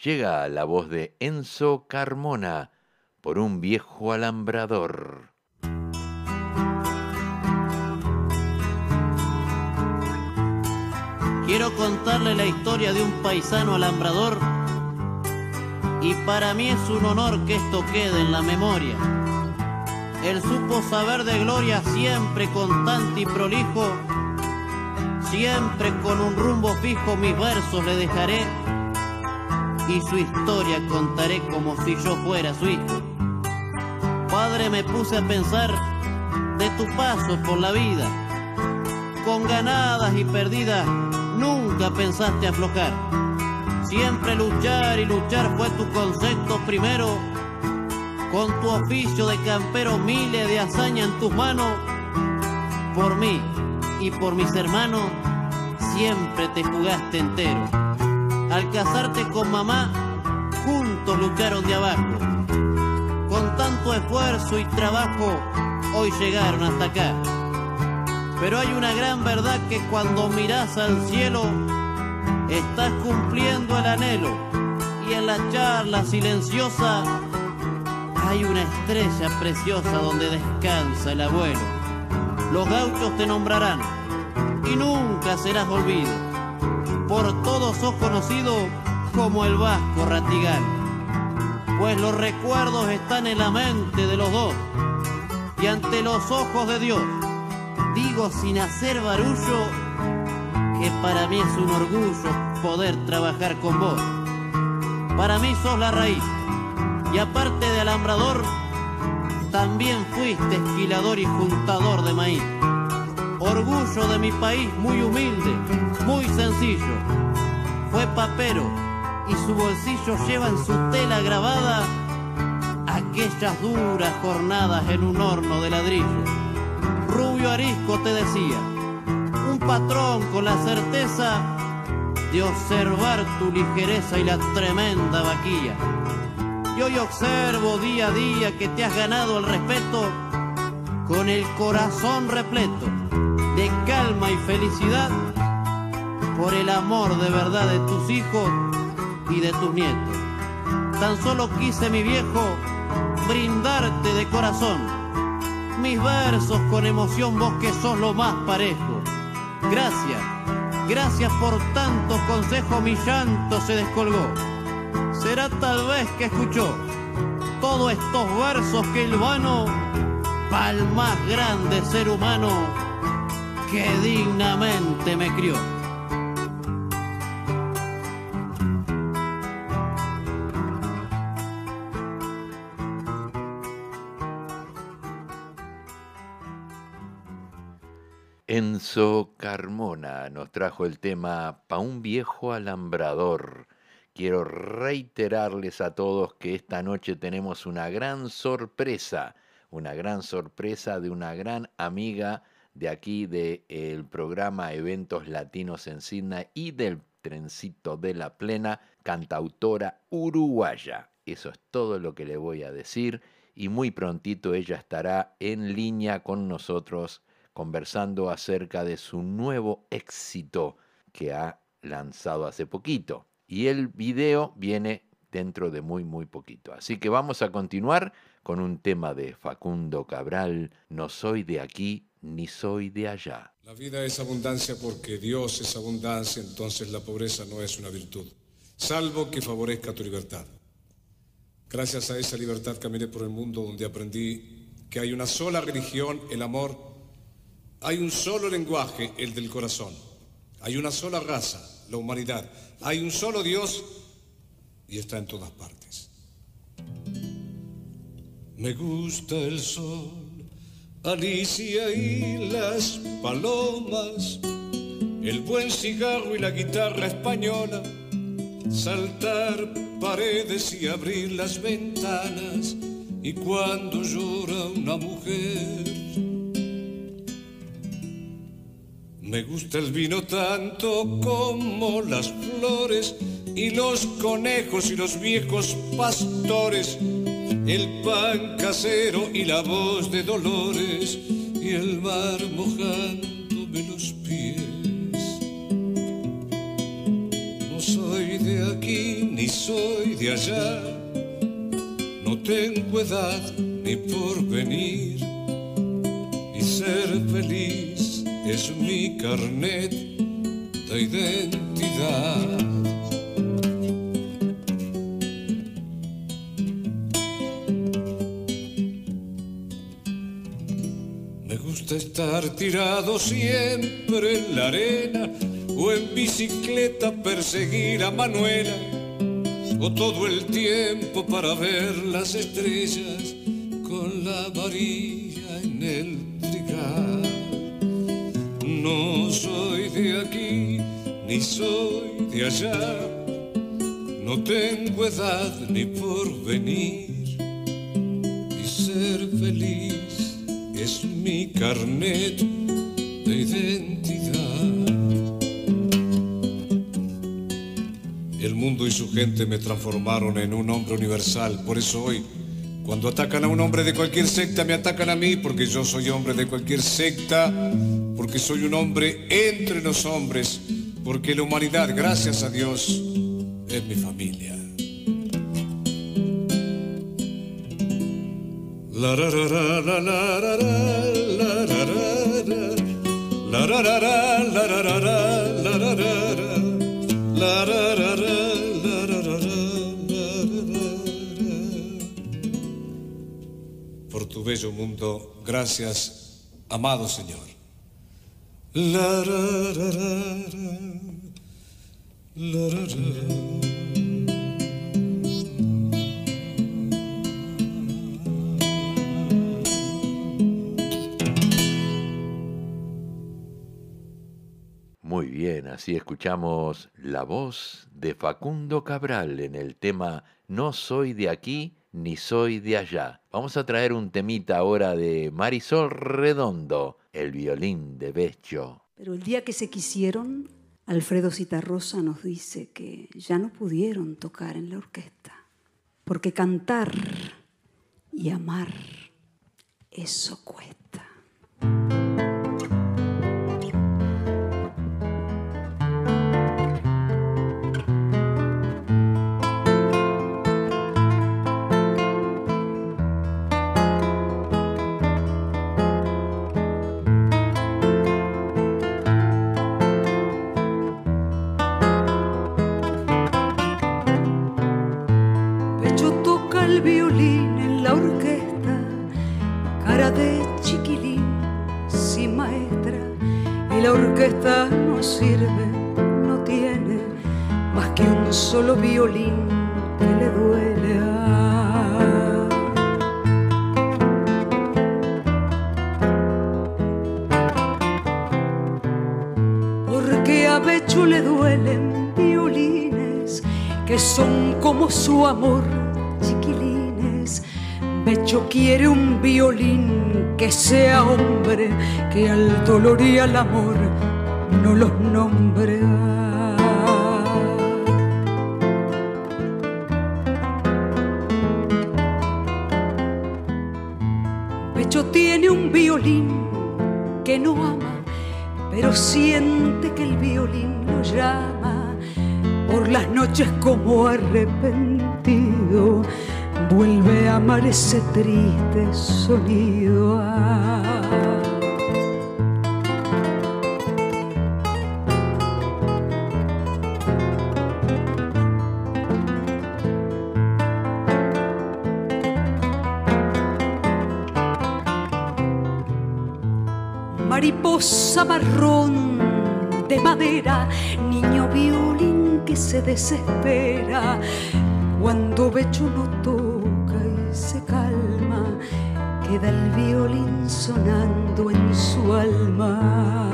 llega la voz de Enzo Carmona por un viejo alambrador. Quiero contarle la historia de un paisano alambrador y para mí es un honor que esto quede en la memoria. Él supo saber de gloria siempre constante y prolijo, siempre con un rumbo fijo mis versos le dejaré y su historia contaré como si yo fuera su hijo. Padre, me puse a pensar de tu paso por la vida, con ganadas y perdidas nunca pensaste aflojar. Siempre luchar y luchar fue tu concepto primero. Con tu oficio de campero miles de hazañas en tus manos. Por mí y por mis hermanos siempre te jugaste entero. Al casarte con mamá, juntos lucharon de abajo. Con tanto esfuerzo y trabajo, hoy llegaron hasta acá. Pero hay una gran verdad que cuando mirás al cielo, estás cumpliendo el anhelo. Y en la charla silenciosa, hay una estrella preciosa donde descansa el abuelo. Los gauchos te nombrarán y nunca serás olvido. Por todos sos conocido como el Vasco Ratigán. Pues los recuerdos están en la mente de los dos y ante los ojos de Dios. Digo sin hacer barullo que para mí es un orgullo poder trabajar con vos. Para mí sos la raíz y aparte de alambrador también fuiste esquilador y juntador de maíz. Orgullo de mi país muy humilde, muy sencillo. Fue papero y su bolsillo lleva en su tela grabada aquellas duras jornadas en un horno de ladrillo. Rubio Arisco te decía, un patrón con la certeza de observar tu ligereza y la tremenda vaquilla. Y hoy observo día a día que te has ganado el respeto con el corazón repleto de calma y felicidad por el amor de verdad de tus hijos y de tus nietos. Tan solo quise, mi viejo, brindarte de corazón mis versos con emoción, vos que sos lo más parejo. Gracias, gracias por tantos consejos, mi llanto se descolgó. Será tal vez que escuchó todos estos versos que el vano pa'l más grande ser humano que dignamente me crió. Enzo Carmona nos trajo el tema Pa' un viejo alambrador. Quiero reiterarles a todos que esta noche tenemos una gran sorpresa de una gran amiga de aquí del programa Eventos Latinos en Sydney y del Trencito de la Plena, cantautora uruguaya. Eso es todo lo que le voy a decir y muy prontito ella estará en línea con nosotros conversando acerca de su nuevo éxito que ha lanzado hace poquito. Y el video viene dentro de muy poquito. Así que vamos a continuar con un tema de Facundo Cabral, No soy de aquí ni soy de allá. La vida es abundancia porque Dios es abundancia, entonces la pobreza no es una virtud, salvo que favorezca tu libertad. Gracias a esa libertad caminé por el mundo donde aprendí que hay una sola religión, el amor. Hay un solo lenguaje, el del corazón. Hay una sola raza, la humanidad. Hay un solo Dios y está en todas partes. Me gusta el sol, Alicia y las palomas, el buen cigarro y la guitarra española, saltar paredes y abrir las ventanas, y cuando llora una mujer. Me gusta el vino tanto como las flores y los conejos y los viejos pastores, el pan casero y la voz de Dolores y el mar mojándome los pies. No soy de aquí ni soy de allá, no tengo edad ni porvenir, y ser feliz es mi carnet de identidad. Me gusta estar tirado siempre en la arena, o en bicicleta perseguir a Manuela, o todo el tiempo para ver las estrellas con la varilla en el trigal. No soy de aquí ni soy de allá, no tengo edad ni porvenir, y ser feliz es mi carnet de identidad. El mundo y su gente me transformaron en un hombre universal. Por eso hoy, cuando atacan a un hombre de cualquier secta, me atacan a mí, porque yo soy hombre de cualquier secta, porque soy un hombre entre los hombres, porque la humanidad, gracias a Dios, es mi familia. La ra ra ra la la ra ra la ra ra la ra ra ra la ra ra la ra ra la ra ra ra. Por tu bello mundo, gracias, amado Señor. La ra ra ra la ra ra. Muy bien, así escuchamos la voz de Facundo Cabral en el tema No soy de aquí ni soy de allá. Vamos a traer un temita ahora de Marisol Redondo, el violín de Beccio. Pero el día que se quisieron, Alfredo Zitarrosa nos dice que ya no pudieron tocar en la orquesta, porque cantar y amar, eso cuesta. Orquesta no sirve, no tiene más que un solo violín que le duele. Porque a Beccio le duelen violines que son como su amor, chiquilines. Beccio quiere un violín que sea hombre, que al dolor y al amor no los nombre. Beccio tiene un violín que no ama, pero siente que el violín lo llama. Por las noches como arrepentido vuelve a amar ese triste sonido. Mariposa marrón de madera, niño violín que se desespera cuando Beccio no toca y se calma, queda el violín sonando en su alma.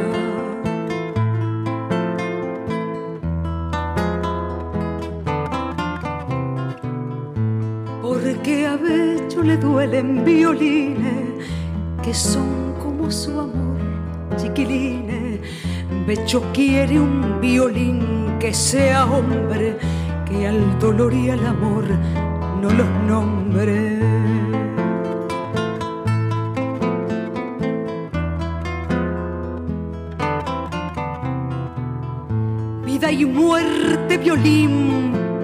Porque a Beccio le duelen violines que son como su amor, chiquilines. Beccio quiere un violín que sea hombre, que al dolor y al amor no los nombre. Vida y muerte, violín,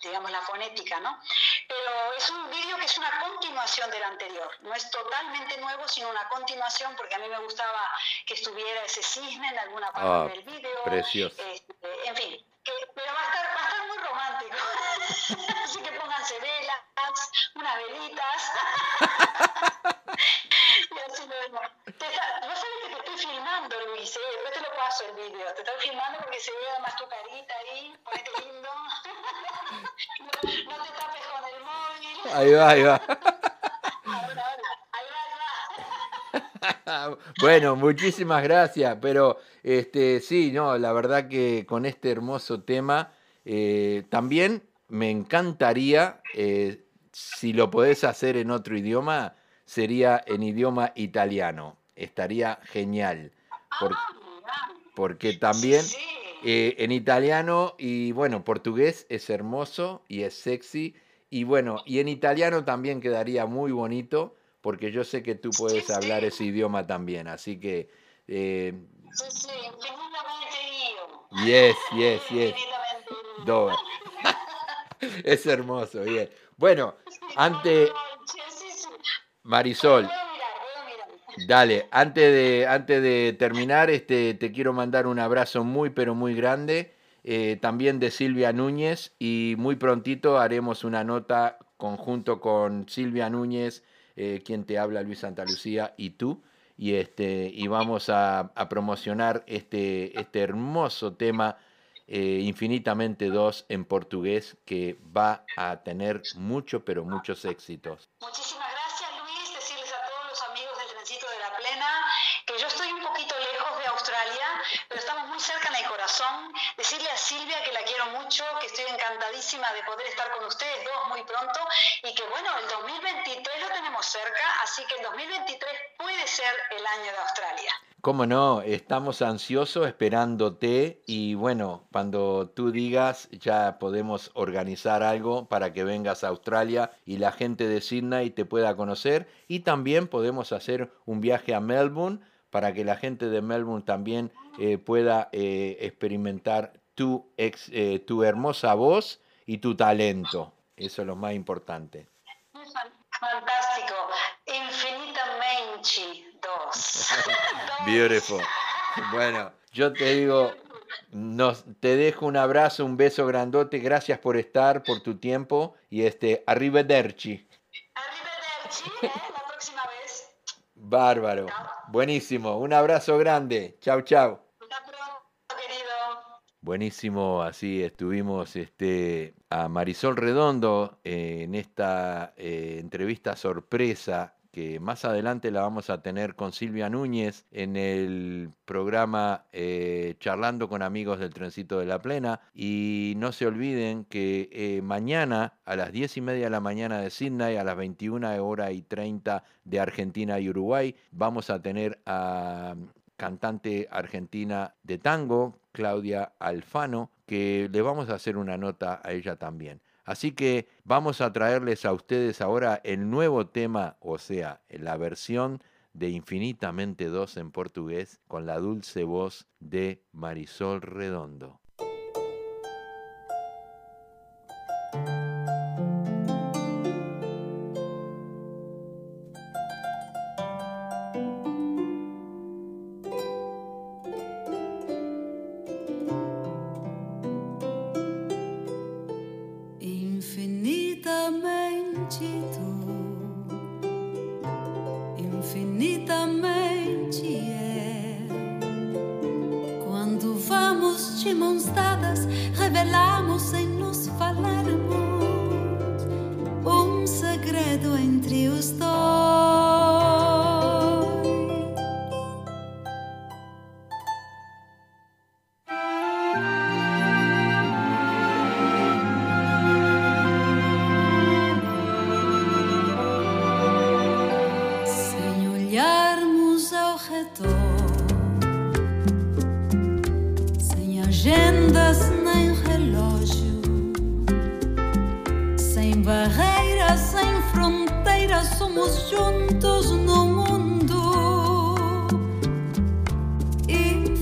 digamos, la fonética, ¿no? Pero es un vídeo que es una continuación del anterior, no es totalmente nuevo, sino una continuación, porque a mí me gustaba que estuviera ese cisne en alguna parte del vídeo. Precioso. En fin, pero va a estar muy romántico. Así que pónganse velas, unas velitas. Y así lo vemos. Vos sabés que te estoy filmando, Luis, después te lo paso el vídeo. Te estoy filmando porque se ve además tu carita ahí, ponete lindo. No te tapes con el móvil. Ahí va, ahí va. Ahora, ahí va. Bueno, muchísimas gracias, pero sí, no, la verdad que con este hermoso tema también me encantaría, si lo podés hacer en otro idioma, sería en idioma italiano, estaría genial, porque también en italiano y bueno, portugués es hermoso y es sexy, y bueno, y en italiano también quedaría muy bonito, porque yo sé que tú puedes hablar ese idioma también, así que... Sí, infinitamente io. Yes. Dove. Es hermoso, bien. Bueno, Marisol, Puedo mirar. dale, antes de terminar, te quiero mandar un abrazo muy, pero muy grande, también de Silvia Núñez, y muy prontito haremos una nota conjunto con Silvia Núñez, quien te habla, Luis Santalucía, y tú, y vamos a promocionar este hermoso tema, Infinitamente 2 en portugués, que va a tener mucho, pero muchos éxitos. Muchísimas gracias, Luis. Decirles a todos los amigos del Trencito de la Plena que yo estoy un poquito lejos de Australia, pero estamos muy cerca en el corazón. Decirle a Silvia que la quiero mucho, que estoy encantadísima de poder estar con ustedes dos muy pronto, y que bueno, el 2023 lo tenemos cerca, así que el 2023 puede ser el año de Australia. Cómo no, estamos ansiosos esperándote, y bueno, cuando tú digas ya podemos organizar algo para que vengas a Australia y la gente de Sydney te pueda conocer, y también podemos hacer un viaje a Melbourne para que la gente de Melbourne también pueda experimentar tu hermosa voz y tu talento. Eso es lo más importante. Fantástico. Infinitamente 2. Beautiful. Bueno, yo te digo, te dejo un abrazo, un beso grandote. Gracias por estar, por tu tiempo, y arrivederci. Arrivederci, la próxima vez. Bárbaro. Buenísimo. Un abrazo grande. Chau, chau. Hasta pronto, querido. Buenísimo, así estuvimos a Marisol Redondo en esta entrevista sorpresa, que más adelante la vamos a tener con Silvia Núñez en el programa Charlando con Amigos del Trencito de la Plena. Y no se olviden que mañana a las 10:30 de la mañana de Sydney, a las 21:30 de Argentina y Uruguay, vamos a tener a cantante argentina de tango, Claudia Alfano, que le vamos a hacer una nota a ella también. Así que vamos a traerles a ustedes ahora el nuevo tema, o sea, la versión de Infinitamente 2 en portugués, con la dulce voz de Marisol Redondo.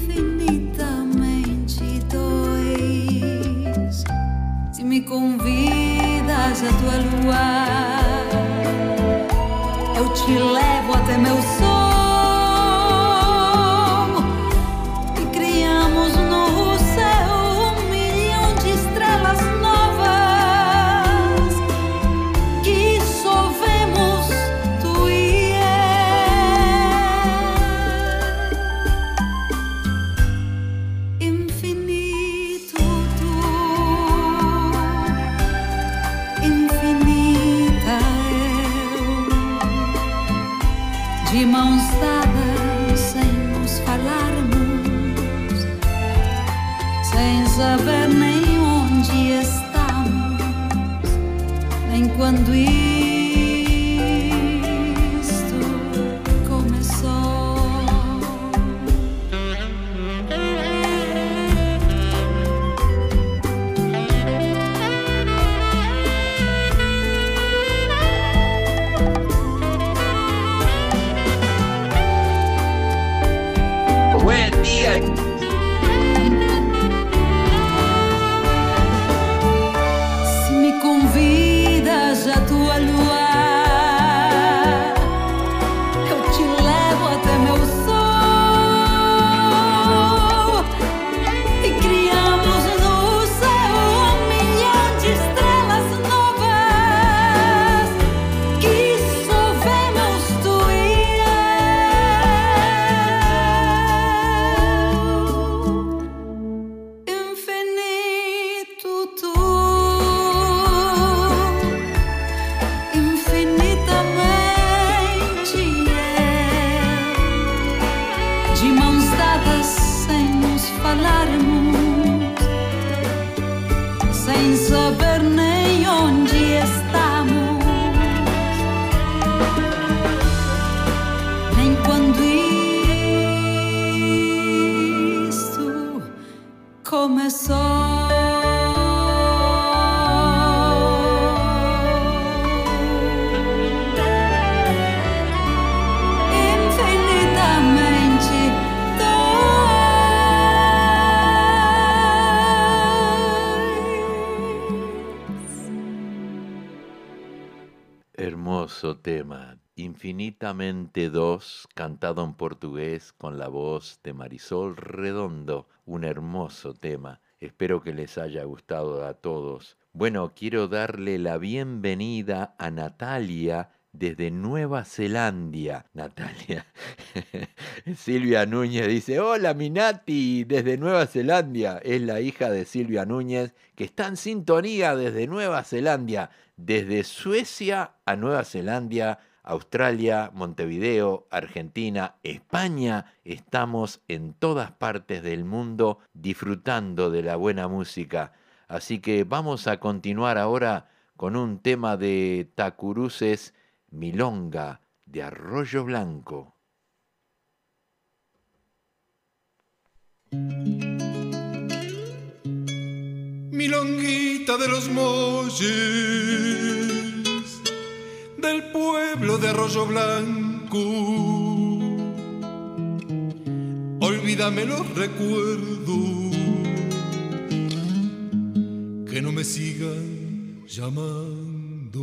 Infinitamente 2. Se me convida viaja a tua lua, eu te levo até meu sol e criamos no céu 1 milhão de estrelas novas que só vemos tu e eu. Infinito tu, infinita eu, de mãos dadas sem nos falarmos, sem saber nem onde estamos, nem quando isto começou. Buen día. Se me convidas à tua lua, eu te levo até meu sol e criamos no céu 1 milhão de estrelas novas que só vemos tu e eu. Infinito tu, infinitamente eu, de mãos dadas sem nos falarmos, sem saber nem onde estamos, nem quando isto começou. Infinitamente dois. Hermoso tema, Infinitamente 2, cantado en portugués con la voz de Marisol Redondo. Un hermoso tema. Espero que les haya gustado a todos. Bueno, quiero darle la bienvenida a Natalia desde Nueva Zelanda. Natalia. Silvia Núñez dice, hola mi Nati, desde Nueva Zelanda. Es la hija de Silvia Núñez, que está en sintonía desde Nueva Zelanda. Desde Suecia a Nueva Zelanda, Australia, Montevideo, Argentina, España. Estamos en todas partes del mundo disfrutando de la buena música. Así que vamos a continuar ahora con un tema de Tacuruces, Milonga, de Arroyo Blanco. Milonguita de los Molles, del pueblo de Arroyo Blanco, olvídame los recuerdos, que no me sigan llamando.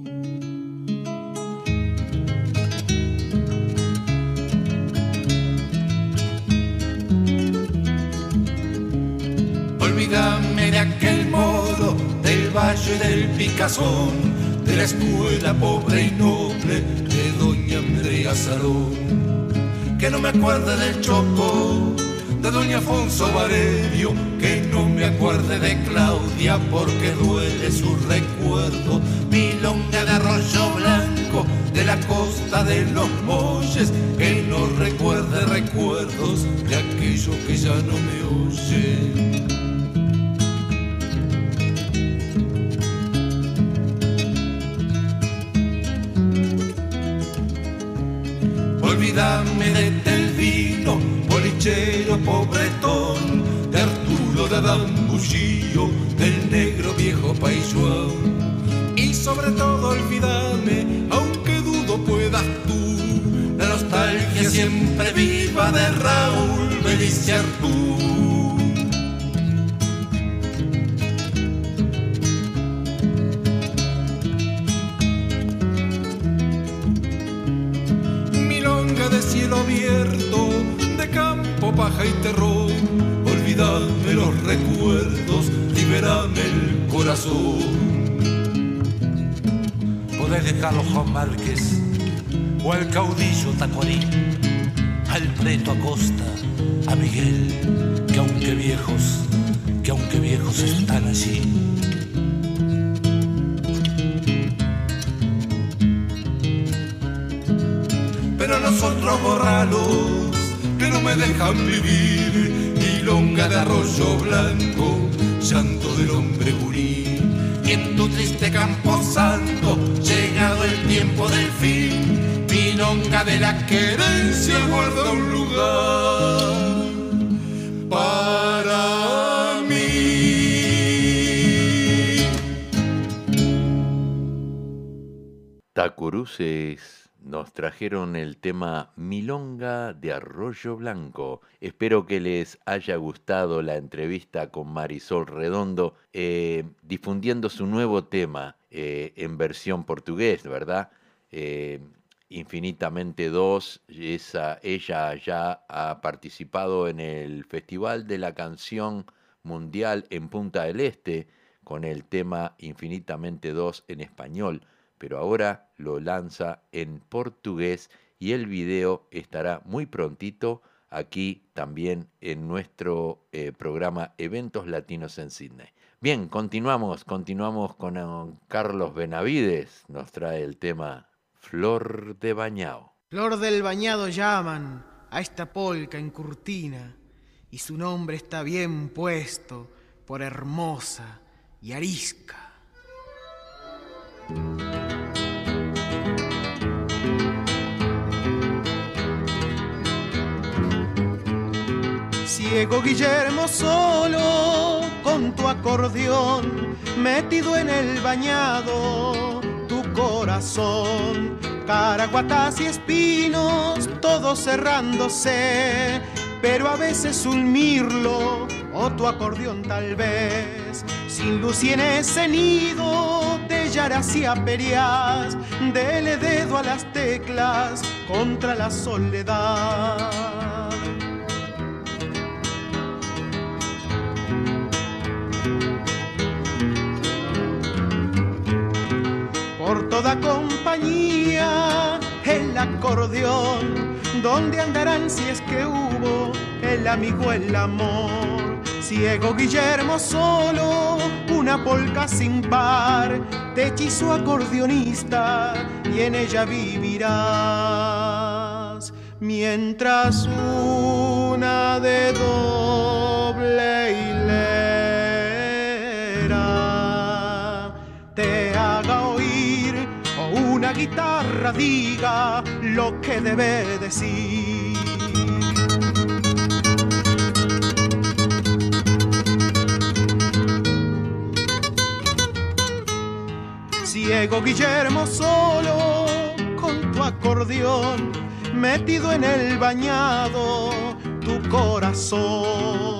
Olvídame de aquel modo, del valle del Picazón, de la escuela pobre y noble de doña Andrea Salón. Que no me acuerde del Choco, de doña Afonso Valerio, que no me acuerde de Claudia porque duele su recuerdo. Milonga de Arroyo Blanco, de la costa de los Molles, que no recuerde recuerdos de aquello que ya no me oye. Olvídame de Telvino, bolichero pobretón, de Arturo de Adán Bullío, del negro viejo Paisuán. Y sobre todo olvídame, aunque dudo puedas tú, la nostalgia siempre viva de Raúl Beliciartú. paja y terror. Olvidame los recuerdos, liberame el corazón. Podés dejarlo Juan Márquez o al caudillo Tacuarí, al Preto Acosta, a Miguel, que aunque viejos están allí. Pero nosotros borralos que no me dejan vivir, milonga de arroyo blanco, llanto del hombre gurí. Y en tu triste camposanto, llegado el tiempo del fin, milonga de la querencia guarda un lugar para mí. Tacuruces nos trajeron el tema Milonga de Arroyo Blanco. Espero que les haya gustado la entrevista con Marisol Redondo, difundiendo su nuevo tema en versión portugués, ¿verdad? Infinitamente 2, ella ya ha participado en el Festival de la Canción Mundial en Punta del Este con el tema Infinitamente 2 en español, pero ahora lo lanza en portugués y el video estará muy prontito aquí también en nuestro programa Eventos Latinos en Sydney. Bien, continuamos con Carlos Benavides, nos trae el tema Flor de Bañao. Flor del Bañado llaman a esta polca en Curtina, y su nombre está bien puesto por hermosa y arisca. Ciego Guillermo solo con tu acordeón, metido en el bañado tu corazón, caraguatas y espinos todos cerrándose, pero a veces un mirlo o tu acordeón tal vez, sin luz y en ese nido de yaras y aperias, dele dedo a las teclas contra la soledad. Por toda compañía el acordeón, ¿dónde andarán si es que hubo el amigo, el amor? Ciego Guillermo solo, una polca sin par, te hechizó acordeonista y en ella vivirás, mientras una de doble hilera te haga oír o una guitarra diga lo que debe decir. Ciego Guillermo solo con tu acordeón, metido en el bañado tu corazón.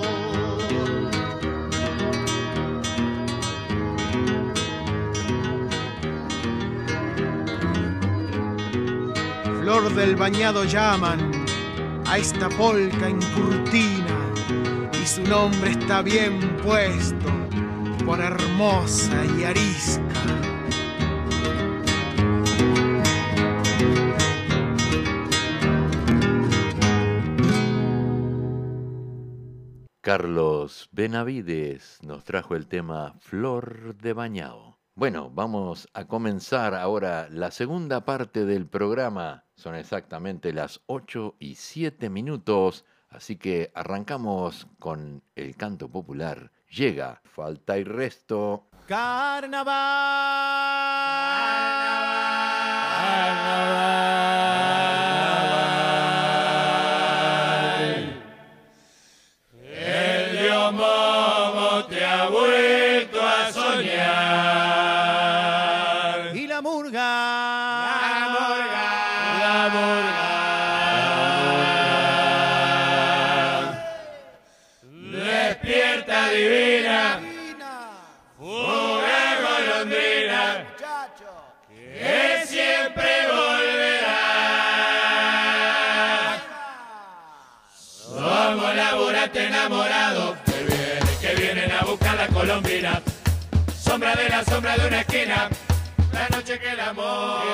Flor del Bañado llaman a esta polca en Curtina, y su nombre está bien puesto por hermosa y arisca. Carlos Benavides nos trajo el tema Flor de Bañao. Bueno, vamos a comenzar ahora la segunda parte del programa. Son exactamente las 8:07, así que arrancamos con el canto popular. Llega Falta y Resto. Carnaval. El Dios Momo te ha vuelto a soñar. Y la murga. Despierta divina, fuga golondrina, que siempre volverá. mate enamorado que vienen a buscar la colombina. Sombra de la sombra de una esquina, la noche que el amor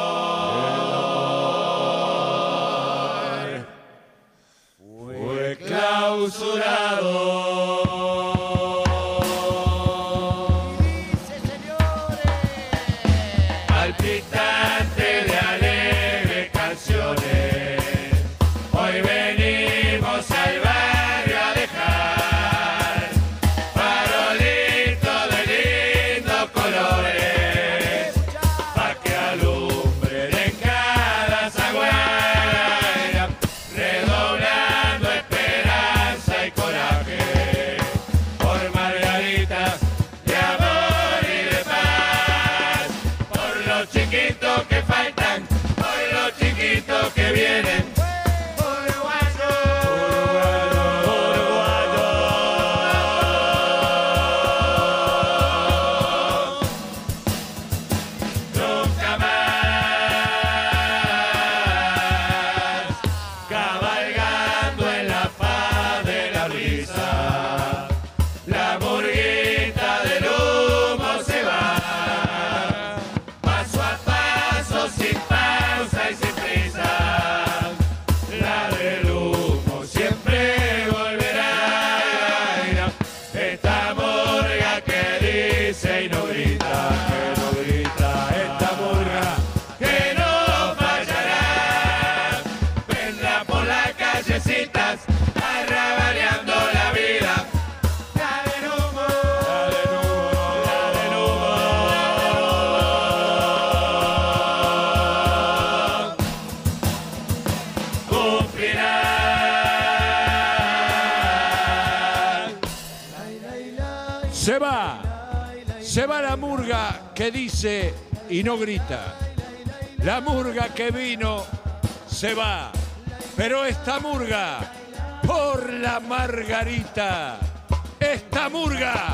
fue clausurado. Se va la murga que dice y no grita. La murga que vino se va, pero esta murga por la Margarita, esta murga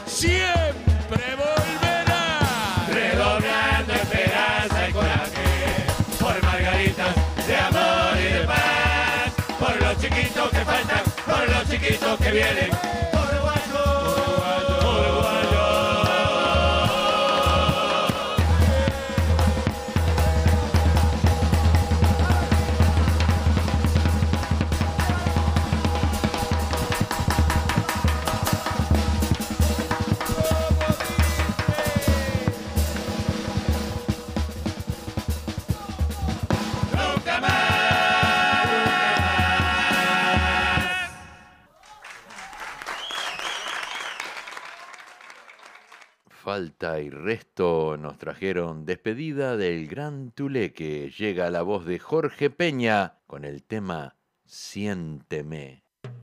siempre volverá. Redoblando esperanza y coraje, por margaritas de amor y de paz, por los chiquitos que faltan, por los chiquitos que vienen. Falta y Resto nos trajeron Despedida del Gran Tuleque. Llega la voz de Jorge Peña con el tema Siénteme.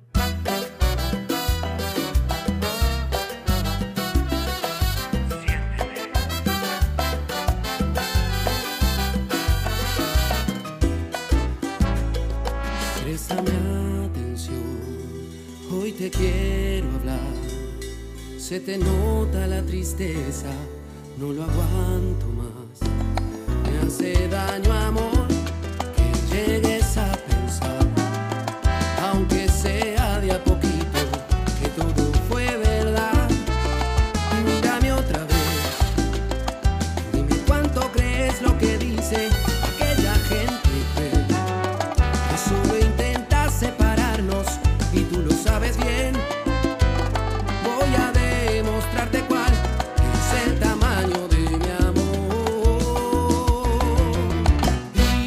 Préstame atención, hoy te quiero hablar. Se te nota la tristeza, no lo aguanto más. Me hace daño, amor, que llegues a pensar, aunque sea de a poquito, que todo fue verdad. Mírame otra vez, dime cuánto crees lo que dice aquella gente cruel, que solo intenta separarnos y tú lo sabes bien. Voy a demostrarte cuál es el tamaño de mi amor. Y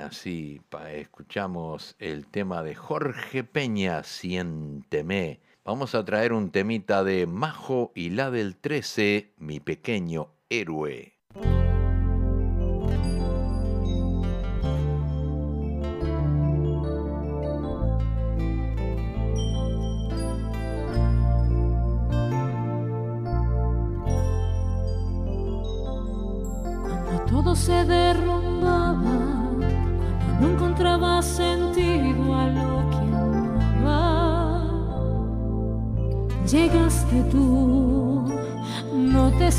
sí, escuchamos el tema de Jorge Peña, Siénteme. Vamos a traer un temita de Majo y la del 13, Mi Pequeño Héroe. Todo se derrumbaba cuando no encontraba sentido a lo que amaba. Llegaste tú, no te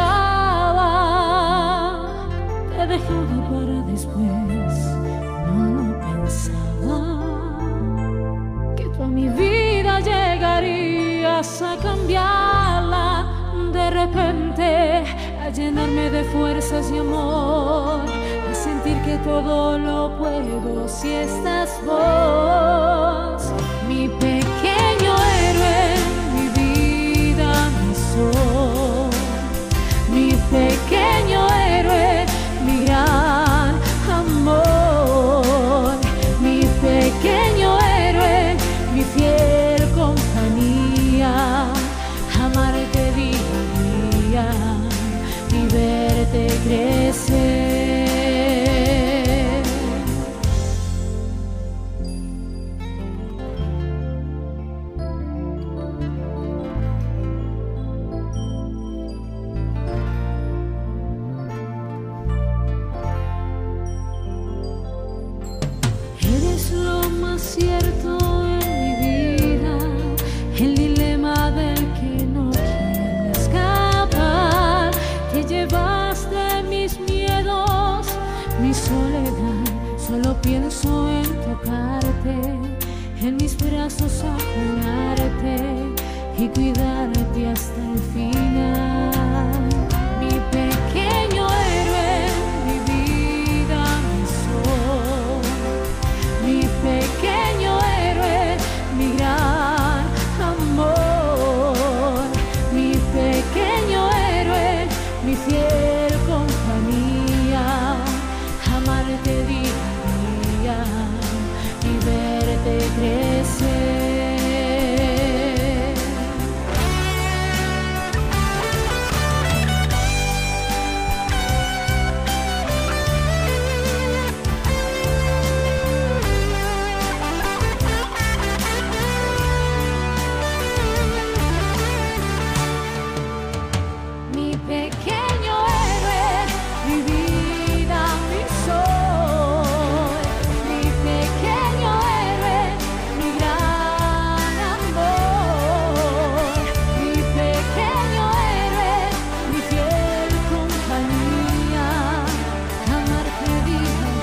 esperaba, te dejaba para después, no lo pensaba, que tú a mi vida llegarías a cambiarla de repente, a llenarme de fuerzas y amor, a sentir que todo lo puedo si estás vos. Mi pequeño héroe, mi vida, mi sol. Mi pequeño héroe, mi gran amor. Mi pequeño héroe, mi fiel compañía. Amarte día a día y verte crecer. Eres lo más cierto en mi vida, el dilema del que no quiero escapar. Te llevaste mis miedos, mi soledad, solo pienso en tocarte, en mis brazos a curarte y cuidarte hasta el final. Mi pequeño héroe, mi vida, mi sol. Mi pequeño héroe, mi gran amor. Mi pequeño héroe, mi fiel compañía. Amarte día a día y verte crecer. Mi pequeño héroe, mi vida, mi sol. Mi pequeño héroe, mi gran amor. Mi pequeño héroe, mi fiel compañía. Amarte día a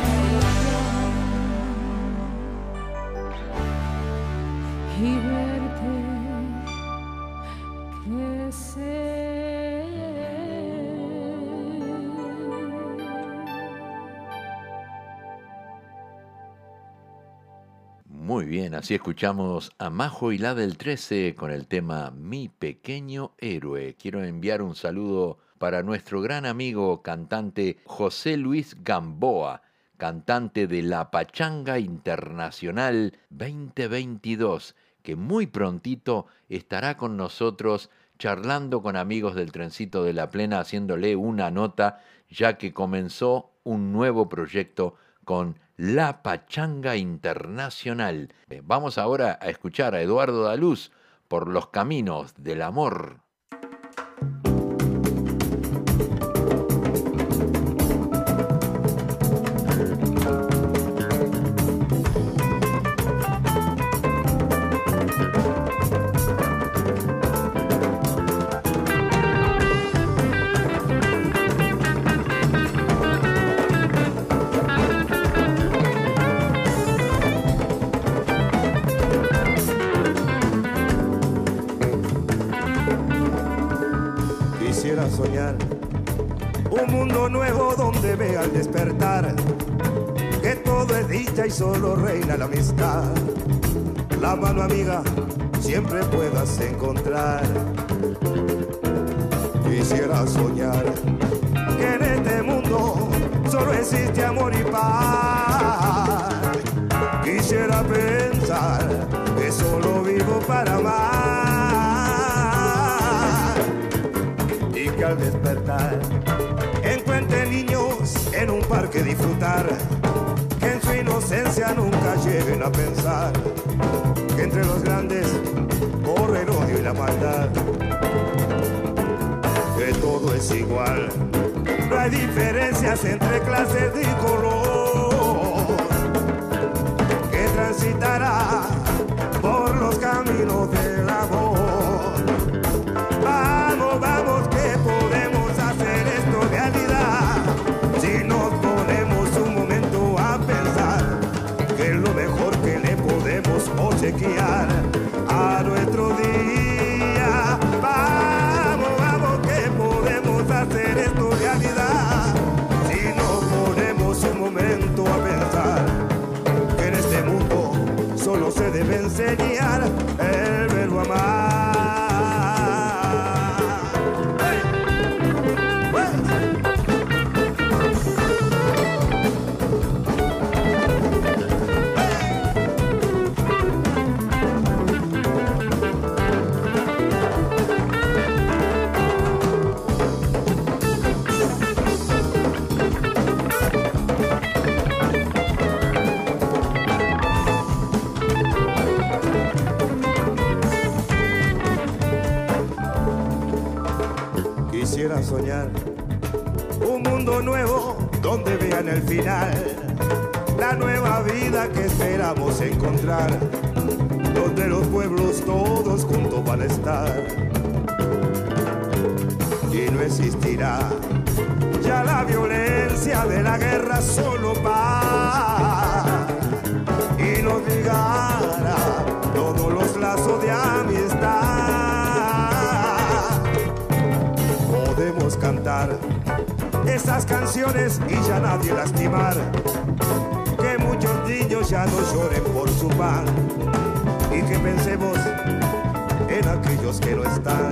día y verte Muy bien, así escuchamos a Majo y la del 13 con el tema Mi Pequeño Héroe. Quiero enviar un saludo para nuestro gran amigo cantante José Luis Gamboa, cantante de La Pachanga Internacional 2022, que muy prontito estará con nosotros charlando con amigos del Trencito de la Plena, haciéndole una nota, ya que comenzó un nuevo proyecto con La Pachanga Internacional. Vamos ahora a escuchar a Eduardo Daluz por Los Caminos del Amor. Quisiera soñar un mundo nuevo donde vea al despertar que todo es dicha y solo reina la amistad. La mano amiga siempre puedas encontrar. Quisiera soñar que en este mundo solo existe amor y paz. Quisiera pensar que solo vivo para amar y que al despertar encuentre niños en un parque disfrutar, que en su inocencia nunca lleguen a pensar que entre los grandes corre el odio y la maldad, que todo es igual, no hay diferencias entre clases y color, que transitará por los caminos del amor. Vamos, vamos, que podemos hacer esto realidad si nos ponemos un momento a pensar que es lo mejor que le podemos obsequiar a nuestro día. Vamos, vamos, que podemos hacer esto realidad si nos ponemos un momento a pensar que en este mundo solo se debe enseñar el verbo amar. Quisiera soñar un mundo nuevo donde vean el final, la nueva vida que esperamos encontrar, donde los pueblos todos juntos van a estar y no existirá ya la violencia de la guerra, solo paz, y nos ligará todos los lazos de amistad. Podemos cantar esas canciones y ya nadie lastimar, que muchos niños ya no lloren por su pan y que pensemos en aquellos que no están.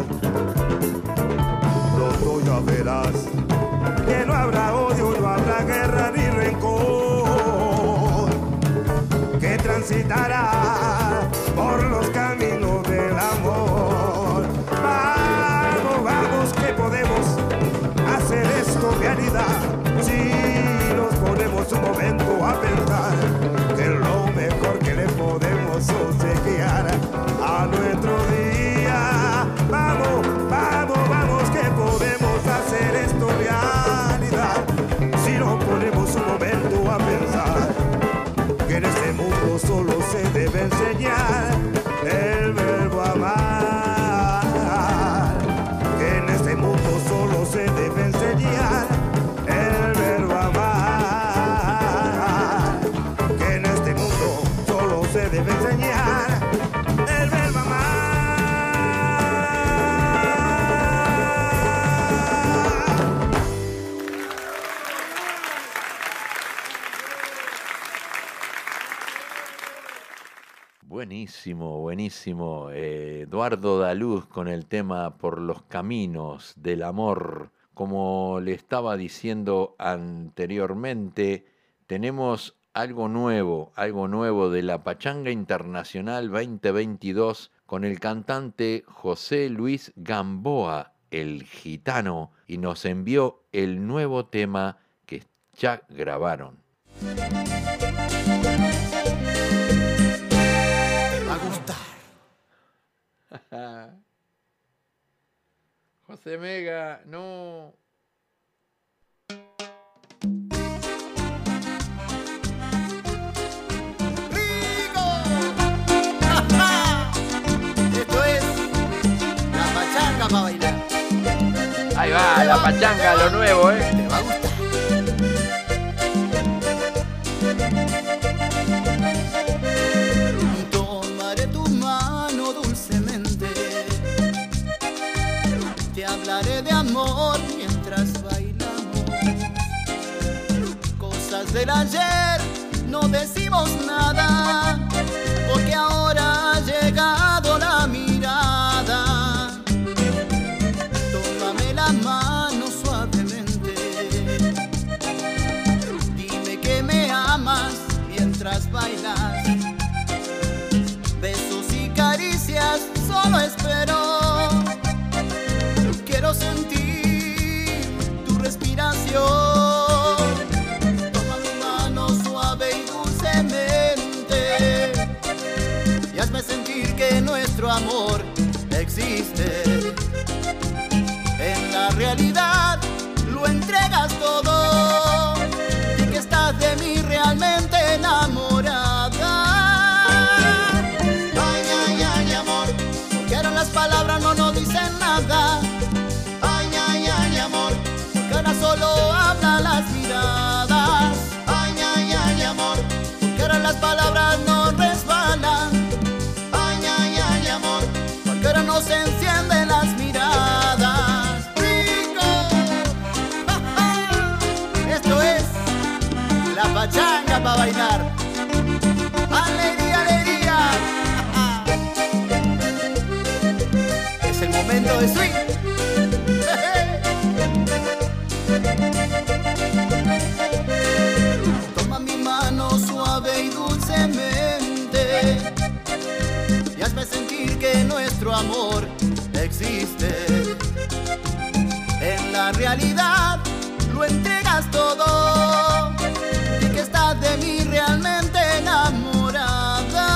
Pronto ya verás que no habrá odio, no habrá guerra ni rencor, que transitará por los caminos del amor. Vamos, vamos, que podemos hacer esto realidad si nos ponemos un momento a pensar que es lo mejor que le podemos obsequiar a nuestro día. Vamos, vamos, vamos, que podemos hacer esto realidad si nos ponemos un momento a pensar que en este mundo solo se debe enseñar el verbo amar, que en este mundo solo se debe enseñar el verbo amar, que en este mundo solo se debe enseñar el verbo amar. Buenísimo, buenísimo. Eduardo Daluz con el tema Por los caminos del amor. Como le estaba diciendo anteriormente, tenemos algo nuevo de la Pachanga Internacional 2022 con el cantante José Luis Gamboa, el gitano, y nos envió el nuevo tema que ya grabaron. José Mega, no. Esto es la pachanga para bailar. Ahí va, la pachanga, lo nuevo, ¿eh? Te va a gustar. Tomaré tu mano dulcemente, te hablaré de amor mientras bailamos. Cosas del ayer no decimos nada, porque ahora ha llegado la mirada. Tómame la mano suavemente, dime que me amas mientras bailas. nuestro amor existe. En la realidad lo entregas todo y que estás de mí realmente enamorada. Ay, ay, ay, amor, porque ahora las palabras no nos dicen nada. Ay, ay, ay, amor, porque ahora solo hablan las miradas. Ay, ay, ay, amor, porque ahora las palabras no resbalan. Ay, ay, ay, amor, porque ahora no se encienden las miradas. ¡Rico! ¡Ja, ja! Esto es la pachanga para bailar. ¡Alegría, alegría! ¡Ja, ja! Es el momento de swing. Toma mi mano suave y dulcemente y hazme sentir que nuestro amor existe. En la realidad lo entregas todo y que estás de mí realmente enamorada.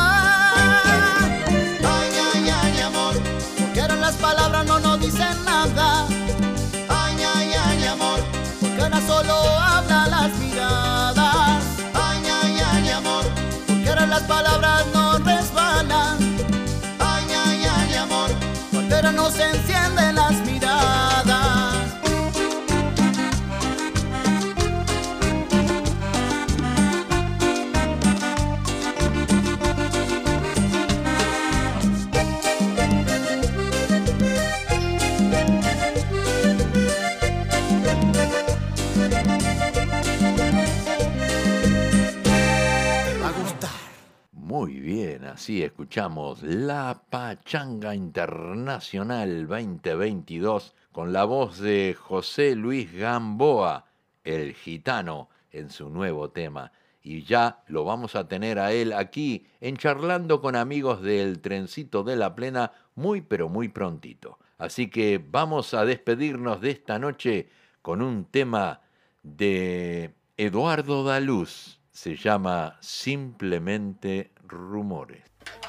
Ay, ay, ay, amor, porque ahora las palabras no nos dicen nada. Ay, ay, ay, amor, porque ahora solo hablan las miradas. Ay, ay, ay, amor, porque ahora las palabras no resbalan. Ay, ay, ay, amor, porque ahora no se encienden las miradas. Muy bien, así escuchamos La Pachanga Internacional 2022 con la voz de José Luis Gamboa, el gitano, en su nuevo tema. Y ya lo vamos a tener a él aquí en Charlando con Amigos del Trencito de la Plena muy pero muy prontito. Así que vamos a despedirnos de esta noche con un tema de Eduardo Daluz. Se llama Simplemente Rumores.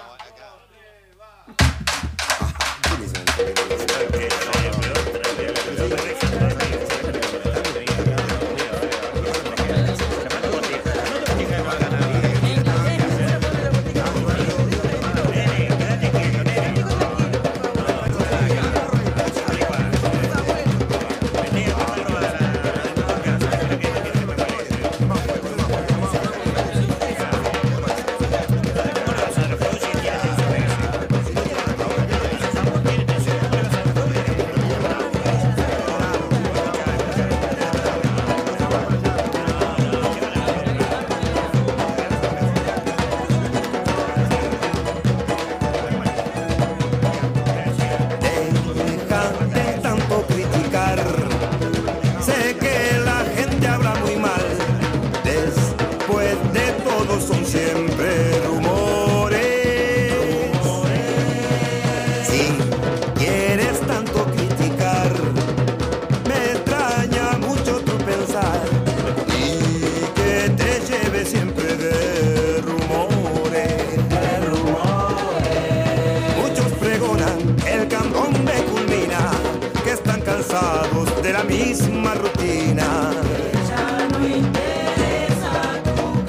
De la misma rutina. Ya no interesa tu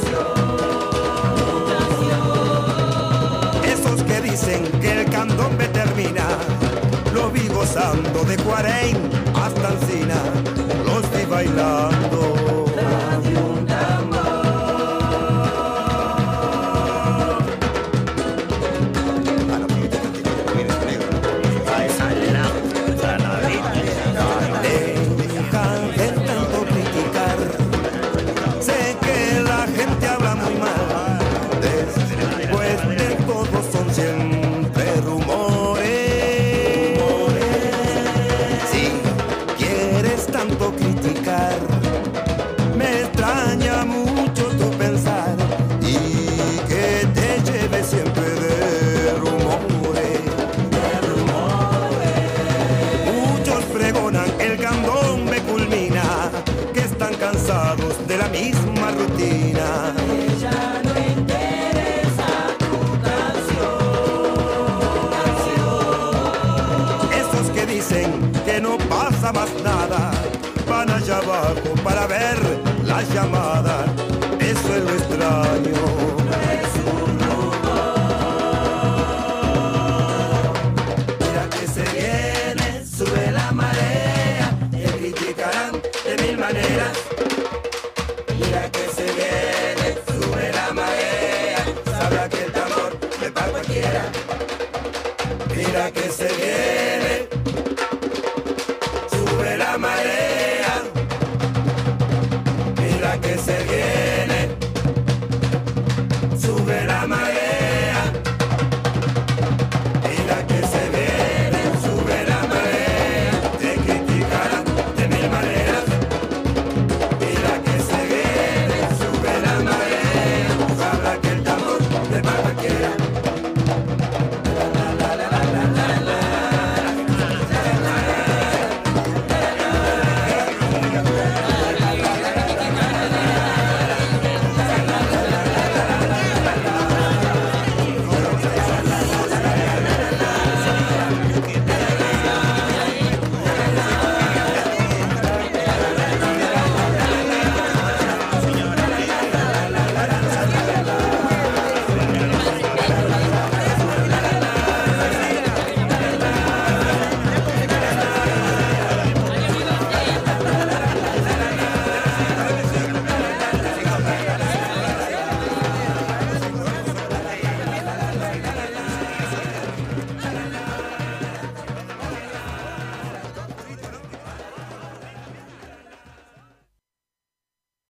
canción. Esos que dicen que el candombe termina, los vi gozando de Cuarén hasta Encina, los vi bailando. Radio un tambor. Criticar mira que se viene.